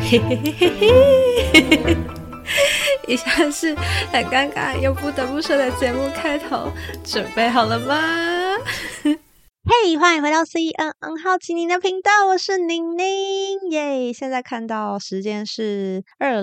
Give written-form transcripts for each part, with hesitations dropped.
嘿嘿嘿嘿嘿，以下是很尴尬又不得不说的节目开头，准备好了吗？嘿，欢迎回到 CNN 好奇宁的频道，我是宁宁耶。现在看到时间是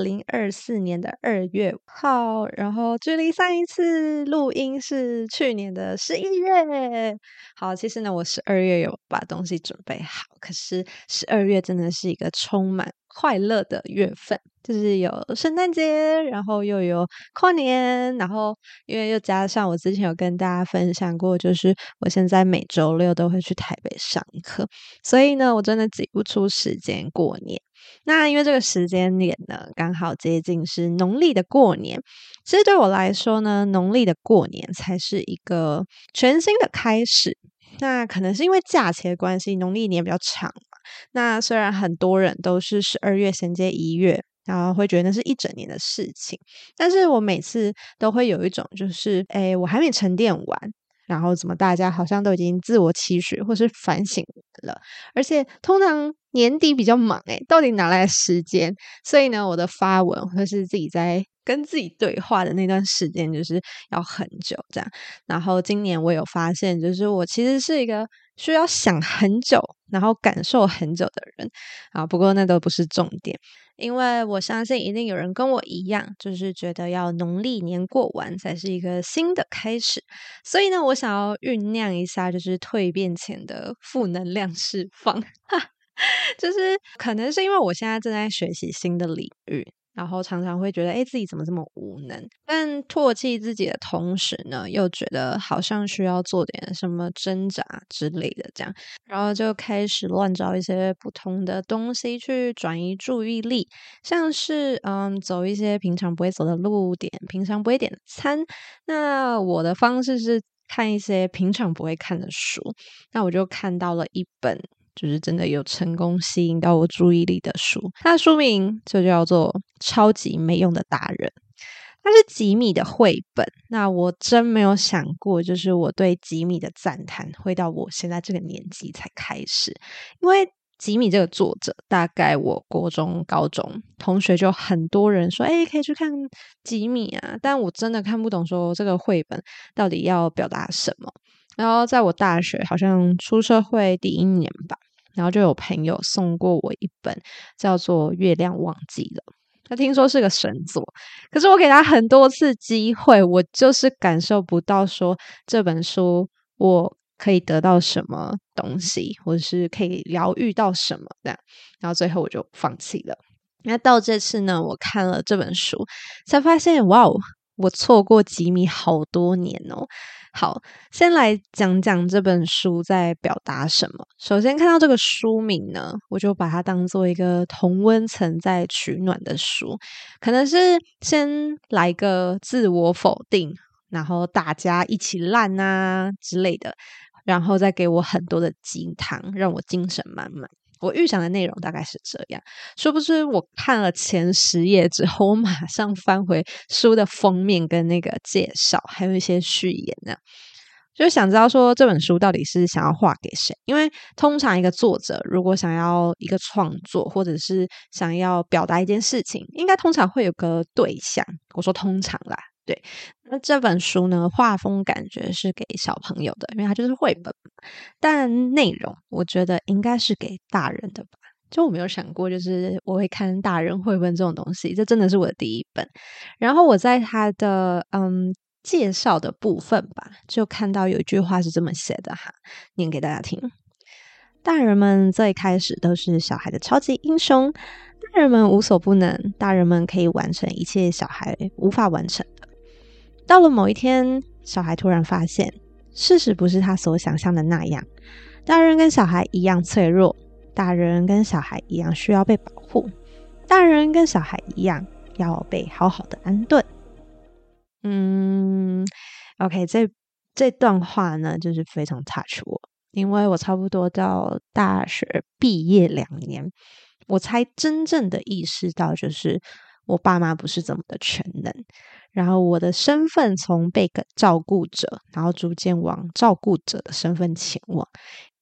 2024年的2月5号，然后距离上一次录音是去年的11月。好，其实呢，我12月有把东西准备好，可是12月真的是一个充满快乐的月份，就是有圣诞节，然后又有跨年，然后因为又加上我之前有跟大家分享过，就是我现在每周六都会去台北上课，所以呢，我真的挤不出时间过年。那因为这个时间点呢，刚好接近是农历的过年，其实对我来说呢，农历的过年才是一个全新的开始。那可能是因为假期的关系，农历年比较长嘛。那虽然很多人都是12月衔接1月，然后会觉得那是一整年的事情，但是我每次都会有一种就是我还没沉淀完，然后怎么大家好像都已经自我期许或是反省了，而且通常年底比较忙到底哪来的时间？所以呢，我的发文或是自己在跟自己对话的那段时间就是要很久这样。然后今年我有发现，就是我其实是一个需要想很久，然后感受很久的人啊。不过那都不是重点，因为我相信一定有人跟我一样，就是觉得要农历年过完才是一个新的开始。所以呢，我想要酝酿一下，就是蜕变前的负能量释放。就是可能是因为我现在正在学习新的领域，然后常常会觉得自己怎么这么无能，但唾弃自己的同时呢，又觉得好像需要做点什么挣扎之类的这样，然后就开始乱找一些不同的东西去转移注意力，像是走一些平常不会走的路，点平常不会点的餐。那我的方式是看一些平常不会看的书，那我就看到了一本就是真的有成功吸引到我注意力的书，它的书名就叫做《超级没用的大人》，它是吉米的绘本。那我真没有想过，就是我对吉米的赞叹会到我现在这个年纪才开始，因为吉米这个作者，大概我国中、高中同学就很多人说，可以去看吉米啊，但我真的看不懂说这个绘本到底要表达什么。然后在我大学好像出社会第1年吧，然后就有朋友送过我一本叫做《月亮忘记了》，他听说是个神作，可是我给他很多次机会，我就是感受不到说这本书我可以得到什么东西，或者是可以疗愈到什么这样，然后最后我就放弃了。那到这次呢，我看了这本书，才发现哇哦，我错过吉米好多年哦。好，先来讲讲这本书在表达什么。首先看到这个书名呢，我就把它当做一个同温层在取暖的书，可能是先来个自我否定，然后大家一起烂啊之类的，然后再给我很多的鸡汤，让我精神满满。我预想的内容大概是这样，殊不知我看了前10页之后，我马上翻回书的封面跟那个介绍，还有一些序言呢，就想知道说这本书到底是想要画给谁？因为通常一个作者如果想要一个创作，或者是想要表达一件事情，应该通常会有个对象。我说通常啦，对。那这本书呢，画风感觉是给小朋友的，因为它就是绘本嘛，但内容我觉得应该是给大人的吧。就我没有想过，就是我会看大人绘本这种东西，这真的是我的第一本。然后我在它的介绍的部分吧，就看到有一句话是这么写的哈，念给大家听。大人们最开始都是小孩的超级英雄，大人们无所不能，大人们可以完成一切小孩无法完成的。到了某一天，小孩突然发现，事实不是他所想象的那样。大人跟小孩一样脆弱，大人跟小孩一样需要被保护，大人跟小孩一样要被好好的安顿。OK，这段话呢，就是非常 touch 我，因为我差不多到大学毕业2年，我才真正的意识到，就是我爸妈不是这么的全能，然后我的身份从被照顾者，然后逐渐往照顾者的身份前往，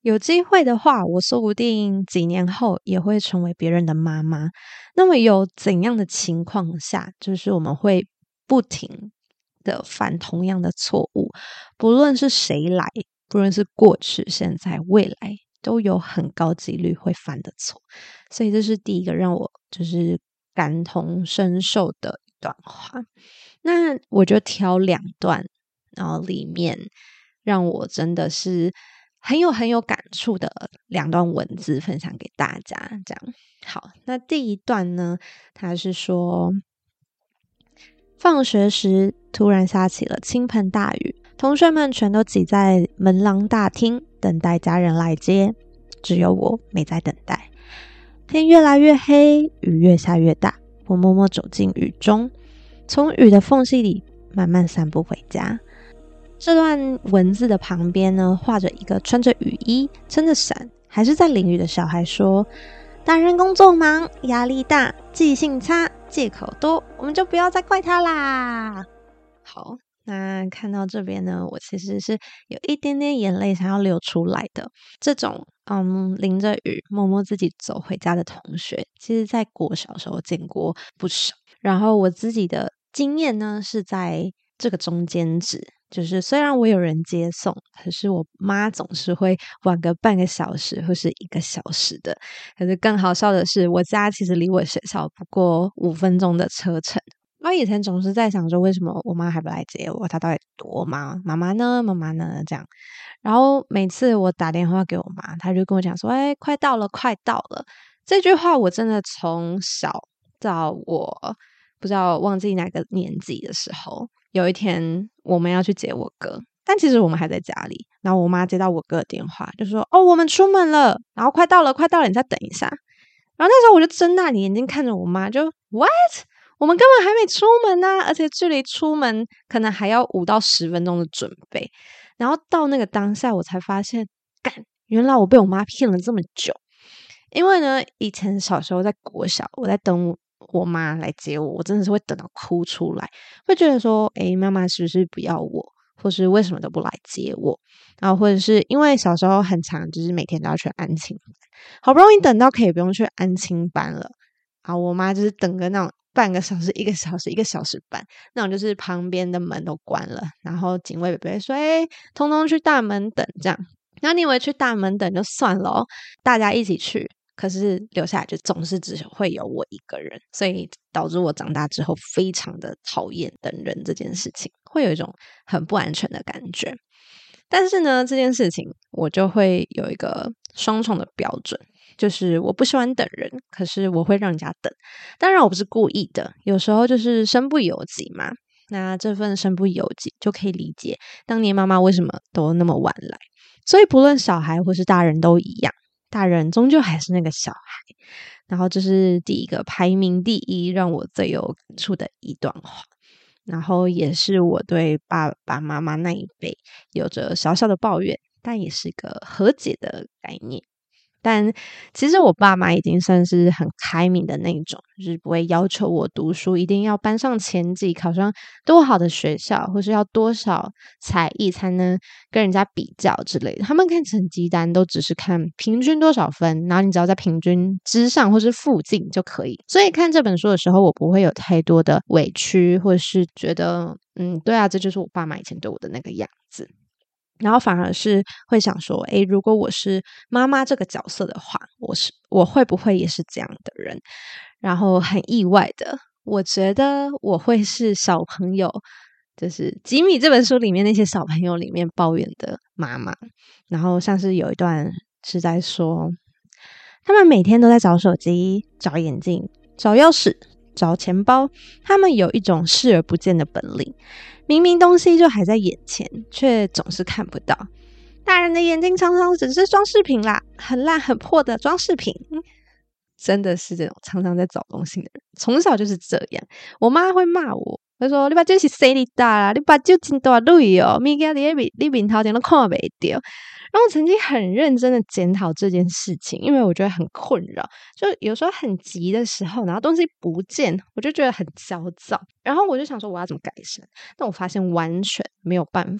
有机会的话，我说不定几年后也会成为别人的妈妈。那么有怎样的情况下，就是我们会不停的犯同样的错误，不论是谁来，不论是过去、现在、未来，都有很高几率会犯的错。所以这是第一个让我就是感同身受的一段话。那我就挑2段，然后里面让我真的是很有感触的2段文字分享给大家。这样好，那第一段呢，他是说，放学时突然下起了倾盆大雨，同学们全都挤在门廊大厅等待家人来接，只有我没在等待。天越来越黑，雨越下越大，我默默走进雨中，从雨的缝隙里慢慢散步回家。这段文字的旁边呢，画着一个穿着雨衣、撑着伞，还是在淋雨的小孩说：大人工作忙，压力大，记性差，借口多，我们就不要再怪他啦。好，那看到这边呢，我其实是有一点点眼泪想要流出来的。这种淋着雨默默自己走回家的同学，其实在国小的时候见过不少。然后我自己的经验呢，是在这个中间值，就是虽然我有人接送，可是我妈总是会晚个半个小时或是1个小时的。可是更好笑的是，我家其实离我学校不过5分钟的车程。我以前总是在想说，为什么我妈还不来接我？她到底多忙？妈妈呢？妈妈呢？这样。然后每次我打电话给我妈，她就跟我讲说：快到了，快到了。这句话我真的从小到我不知道忘记哪个年纪的时候，有一天我们要去接我哥，但其实我们还在家里。然后我妈接到我哥的电话，就说：我们出门了，然后快到了，快到了，你再等一下。然后那时候我就睁大眼睛看着我妈，就 What？ 我们根本还没出门啊，而且距离出门可能还要5到10分钟的准备。然后到那个当下，我才发现，原来我被我妈骗了这么久。因为呢，以前小时候在国小，我在等我妈来接我，我真的是会等到哭出来，会觉得说，妈妈是不是不要我，或是为什么都不来接我？然后或者是因为小时候很长，就是每天都要去安亲班，好不容易等到可以不用去安亲班了，然后我妈就是等个那种半个小时、1个小时、1个小时半，那种就是旁边的门都关了，然后警卫伯伯说：通通去大门等这样。然后你以为去大门等就算了大家一起去，可是留下来就总是只会有我一个人，所以导致我长大之后非常的讨厌等人这件事情，会有一种很不安全的感觉。但是呢，这件事情我就会有一个双重的标准，就是我不喜欢等人，可是我会让人家等。当然我不是故意的，有时候就是身不由己嘛。那这份身不由己就可以理解当年妈妈为什么都那么晚来。所以不论小孩或是大人都一样，大人终究还是那个小孩。然后这是第一个排名第一让我最有感触的一段话，然后也是我对爸爸妈妈那一辈有着小小的抱怨，但也是个和解的概念。但其实我爸妈已经算是很开明的那种，就是不会要求我读书一定要班上前几，考上多好的学校，或是要多少才艺才能跟人家比较之类的。他们看成绩单都只是看平均多少分，然后你只要在平均之上或是附近就可以。所以看这本书的时候，我不会有太多的委屈，或是觉得对啊，这就是我爸妈以前对我的那个样子。然后反而是会想说，如果我是妈妈这个角色的话，我会不会也是这样的人？然后很意外的，我觉得我会是小朋友，就是吉米这本书里面那些小朋友里面抱怨的妈妈。然后像是有一段是在说，他们每天都在找手机、找眼镜、找钥匙、找钱包，他们有一种视而不见的本领。明明东西就还在眼前，却总是看不到。大人的眼睛常常只是装饰品啦，很烂很破的装饰品。真的是这种常常在找东西的人，从小就是这样。我妈会骂我，她说：“你把这是谁的大啦？你把这真大累哦，物件你面头前都看不到。”然后我曾经很认真的检讨这件事情，因为我觉得很困扰，就有时候很急的时候，然后东西不见，我就觉得很焦躁。然后我就想说我要怎么改善，但我发现完全没有办法。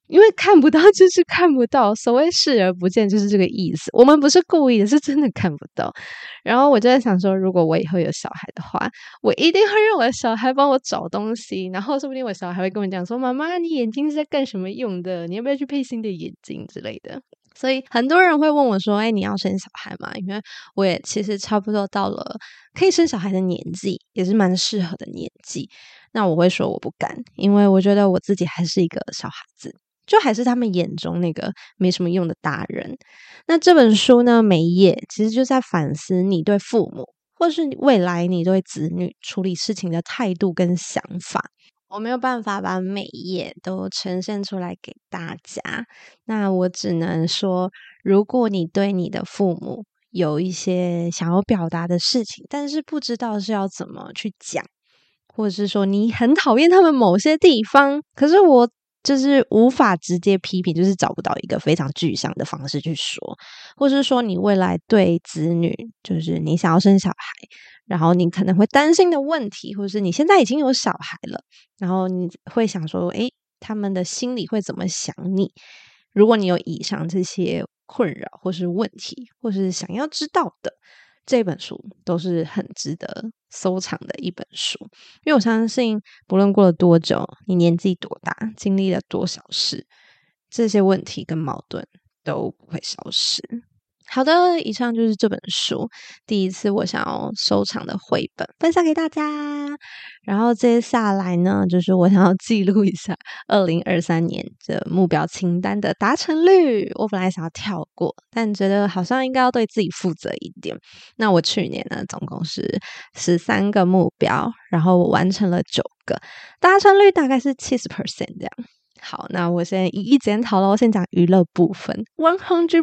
因为看不到就是看不到，所谓视而不见就是这个意思。我们不是故意的，是真的看不到。然后我就在想说，如果我以后有小孩的话，我一定会让我的小孩帮我找东西，然后说不定我小孩会跟我讲说，妈妈，你眼睛是在干什么用的？你要不要去配新的眼镜之类的。所以很多人会问我说，你要生小孩吗？因为我也其实差不多到了可以生小孩的年纪，也是蛮适合的年纪。那我会说我不敢，因为我觉得我自己还是一个小孩子，就还是他们眼中那个没什么用的大人。那这本书呢，每一页其实就在反思你对父母，或是未来你对子女处理事情的态度跟想法。我没有办法把每一页都呈现出来给大家，那我只能说，如果你对你的父母有一些想要表达的事情，但是不知道是要怎么去讲，或者是说你很讨厌他们某些地方，可是我就是无法直接批评，就是找不到一个非常具象的方式去说，或是说你未来对子女，就是你想要生小孩，然后你可能会担心的问题，或者是你现在已经有小孩了，然后你会想说，他们的心里会怎么想你？如果你有以上这些困扰或是问题，或是想要知道的，这本书都是很值得收藏的一本书。因为我相信不论过了多久，你年纪多大，经历了多少事，这些问题跟矛盾都不会消失。好的，以上就是这本书第一次我想要收藏的绘本，分享给大家。然后接下来呢，就是我想要记录一下2023年的目标清单的达成率。我本来想要跳过，但觉得好像应该要对自己负责一点。那我去年呢，总共是13个目标，然后我完成了9个，达成率大概是70% 这样。好，那我先一一检讨咯。先讲娱乐部分 100%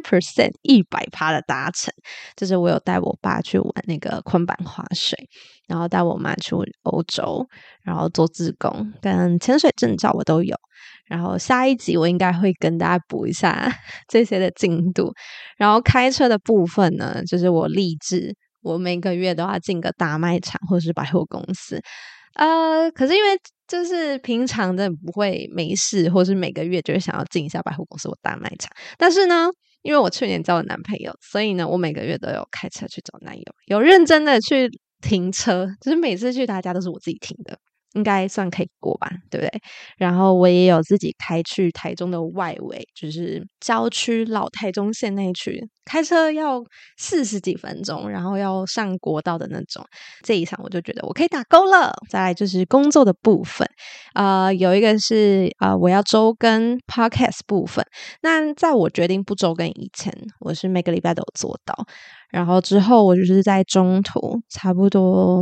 100%的达成，就是我有带我爸去玩那个昆板滑水，然后带我妈去欧洲，然后做志工跟潜水证照我都有。然后下一集我应该会跟大家补一下这些的进度。然后开车的部分呢，就是我立志我每个月都要进个大卖场或是百货公司。可是因为就是平常的不会没事，或是每个月就会想要进一下百货公司或大卖场。但是呢，因为我去年交了男朋友，所以呢，我每个月都有开车去找男友，有认真的去停车，就是每次去他家都是我自己停的。应该算可以过吧，对不对？然后我也有自己开去台中的外围，就是郊区老台中县那一区，开车要40几分钟，然后要上国道的那种。这一场我就觉得我可以打勾了。再来就是工作的部分，有一个是我要周更 podcast 部分。那在我决定不周更以前，我是每个礼拜都有做到。然后之后我就是在中途差不多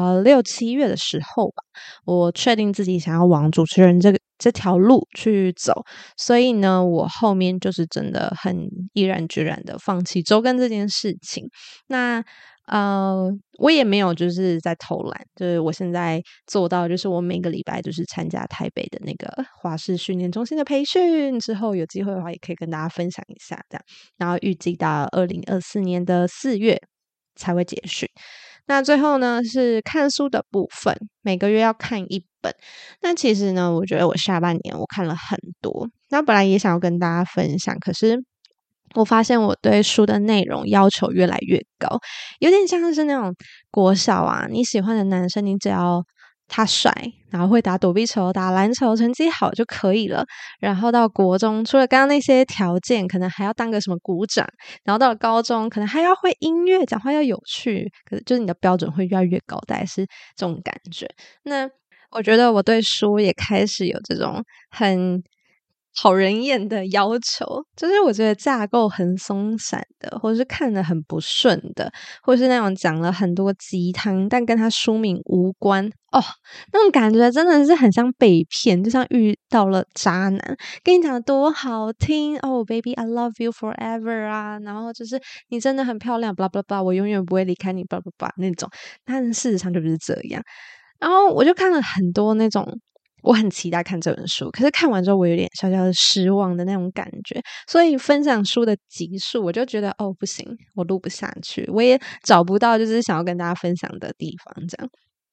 6、7月的时候吧，我确定自己想要往主持人这条路去走，所以呢，我后面就是真的很毅然决然的放弃周更这件事情。那我也没有就是在偷懒，就是我现在做到就是我每个礼拜就是参加台北的那个华视训练中心的培训，之后有机会的话也可以跟大家分享一下这样。然后预计到2024年的4月才会结束。那最后呢是看书的部分，每个月要看1本。那其实呢，我觉得我下半年我看了很多，那本来也想要跟大家分享，可是我发现我对书的内容要求越来越高，有点像是那种国小啊，你喜欢的男生，你只要他帅，然后会打躲避球、打篮球，成绩好就可以了。然后到国中，除了刚刚那些条件，可能还要当个什么股长。然后到了高中，可能还要会音乐，讲话要有趣。可是就是你的标准会越来越高，大概是这种感觉。那我觉得我对书也开始有这种很讨人厌的要求，就是我觉得架构很松散的，或者是看得很不顺的，或者是那种讲了很多鸡汤但跟他书名无关那种感觉真的是很像被骗，就像遇到了渣男跟你讲的多好听baby I love you forever 啊，然后就是你真的很漂亮 blah blah blah 我永远不会离开你 blah blah blah 那种，但事实上就不是这样。然后我就看了很多那种，我很期待看这本书，可是看完之后我有点小小的失望的那种感觉，所以分享书的集数我就觉得不行，我录不下去，我也找不到就是想要跟大家分享的地方这样。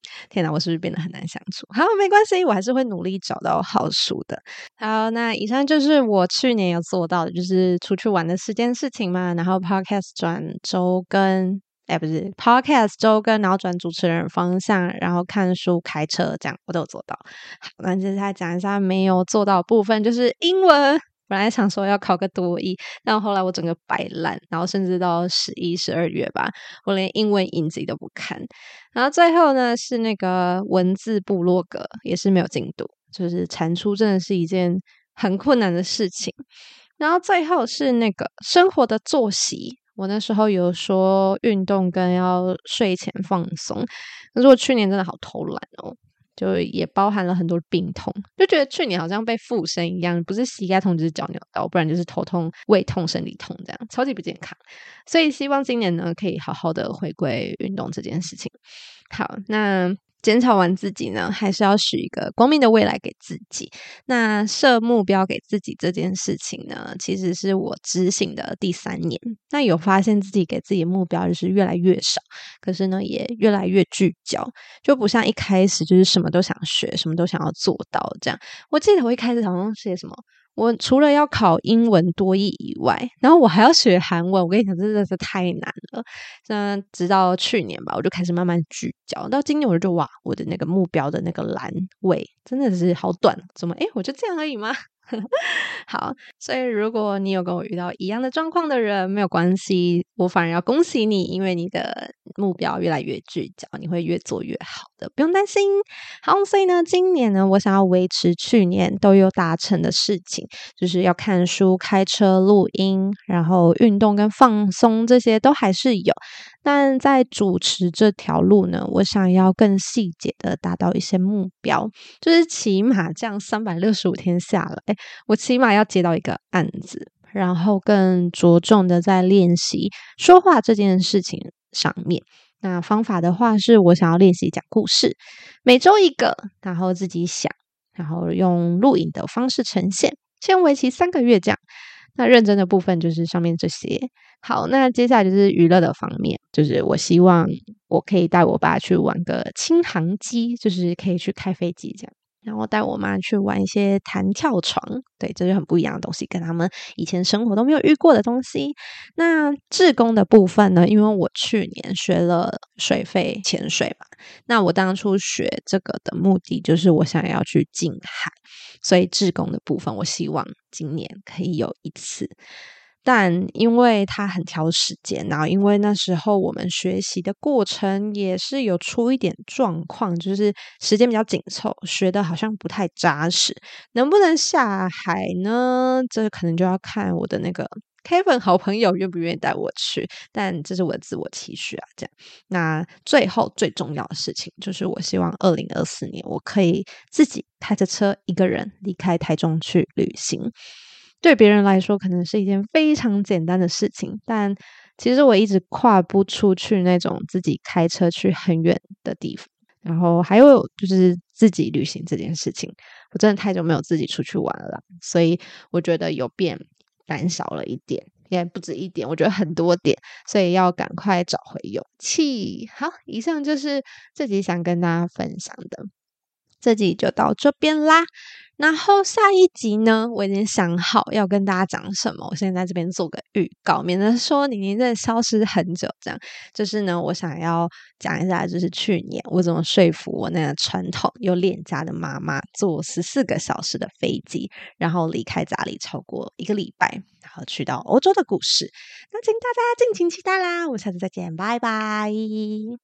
天哪，我是不是变得很难相处？好，没关系，我还是会努力找到好书的。好，那以上就是我去年有做到的，就是出去玩的4件事情嘛，然后 podcast 转周更，不是 podcast 周更，然后转主持人方向，然后看书、开车，这样我都有做到。好，那接下来讲一下没有做到的部分，就是英文。本来想说要考个多益，但后来我整个摆烂，然后甚至到11、12月吧，我连英文影集都不看。然后最后呢是那个文字部落格，也是没有进度，就是产出真的是一件很困难的事情。然后最后是那个生活的作息，我那时候有说运动跟要睡前放松，可是我去年真的好偷懒哦。就也包含了很多病痛，就觉得去年好像被附身一样，不是膝盖痛就是脚扭到，不然就是头痛、胃痛、身体痛这样，超级不健康。所以希望今年呢可以好好的回归运动这件事情。好，那检讨完自己呢，还是要许一个光明的未来给自己。那设目标给自己这件事情呢，其实是我执行的第3年。那有发现自己给自己的目标就是越来越少，可是呢也越来越聚焦，就不像一开始就是什么都想学，什么都想要做到这样。我记得我一开始好像写什么，我除了要考英文多益以外，然后我还要学韩文，我跟你讲，真的是太难了。那直到去年吧，我就开始慢慢聚焦，到今年我就哇，我的那个目标的那个栏位真的是好短，怎么我就这样而已吗？好，所以如果你有跟我遇到一样的状况的人，没有关系，我反而要恭喜你，因为你的目标越来越聚焦，你会越做越好的，不用担心。好，所以呢，今年呢，我想要维持去年都有达成的事情，就是要看书、开车、录音，然后运动跟放松这些都还是有。但在主持这条路呢，我想要更细节的达到一些目标，就是起码这样365天下来，我起码要接到一个案子，然后更着重的在练习说话这件事情上面。那方法的话是我想要练习讲故事，每周1个，然后自己想，然后用录影的方式呈现，先为期3个月这样。那认真的部分就是上面这些。好，那接下来就是娱乐的方面，就是我希望我可以带我爸去玩个轻航机，就是可以去开飞机这样。然后带我妈去玩一些弹跳床，对，这是很不一样的东西，跟他们以前生活都没有遇过的东西。那志工的部分呢，因为我去年学了水肺潜水嘛，那我当初学这个的目的就是我想要去近海，所以志工的部分我希望今年可以有1次。但因为他很挑时间，然后因为那时候我们学习的过程也是有出一点状况，就是时间比较紧凑，学的好像不太扎实。能不能下海呢？这可能就要看我的那个 Kevin 好朋友愿不愿意带我去，但这是我的自我期许啊。这样，那最后最重要的事情就是我希望2024年我可以自己开着车一个人离开台中去旅行。对别人来说可能是一件非常简单的事情，但其实我一直跨不出去那种自己开车去很远的地方。然后还有就是自己旅行这件事情，我真的太久没有自己出去玩了啦，所以我觉得有变胆小了一点，也不止一点，我觉得很多点，所以要赶快找回勇气。好，以上就是这集想跟大家分享的，这集就到这边啦。然后下一集呢，我已经想好要跟大家讲什么，我现在在这边做个预告，免得说你真的消失很久这样。就是呢，我想要讲一下，就是去年我怎么说服我那个传统又恋家的妈妈坐14个小时的飞机，然后离开家里超过1个礼拜，然后去到欧洲的故事。那请大家敬请期待啦，我们下次再见，拜拜。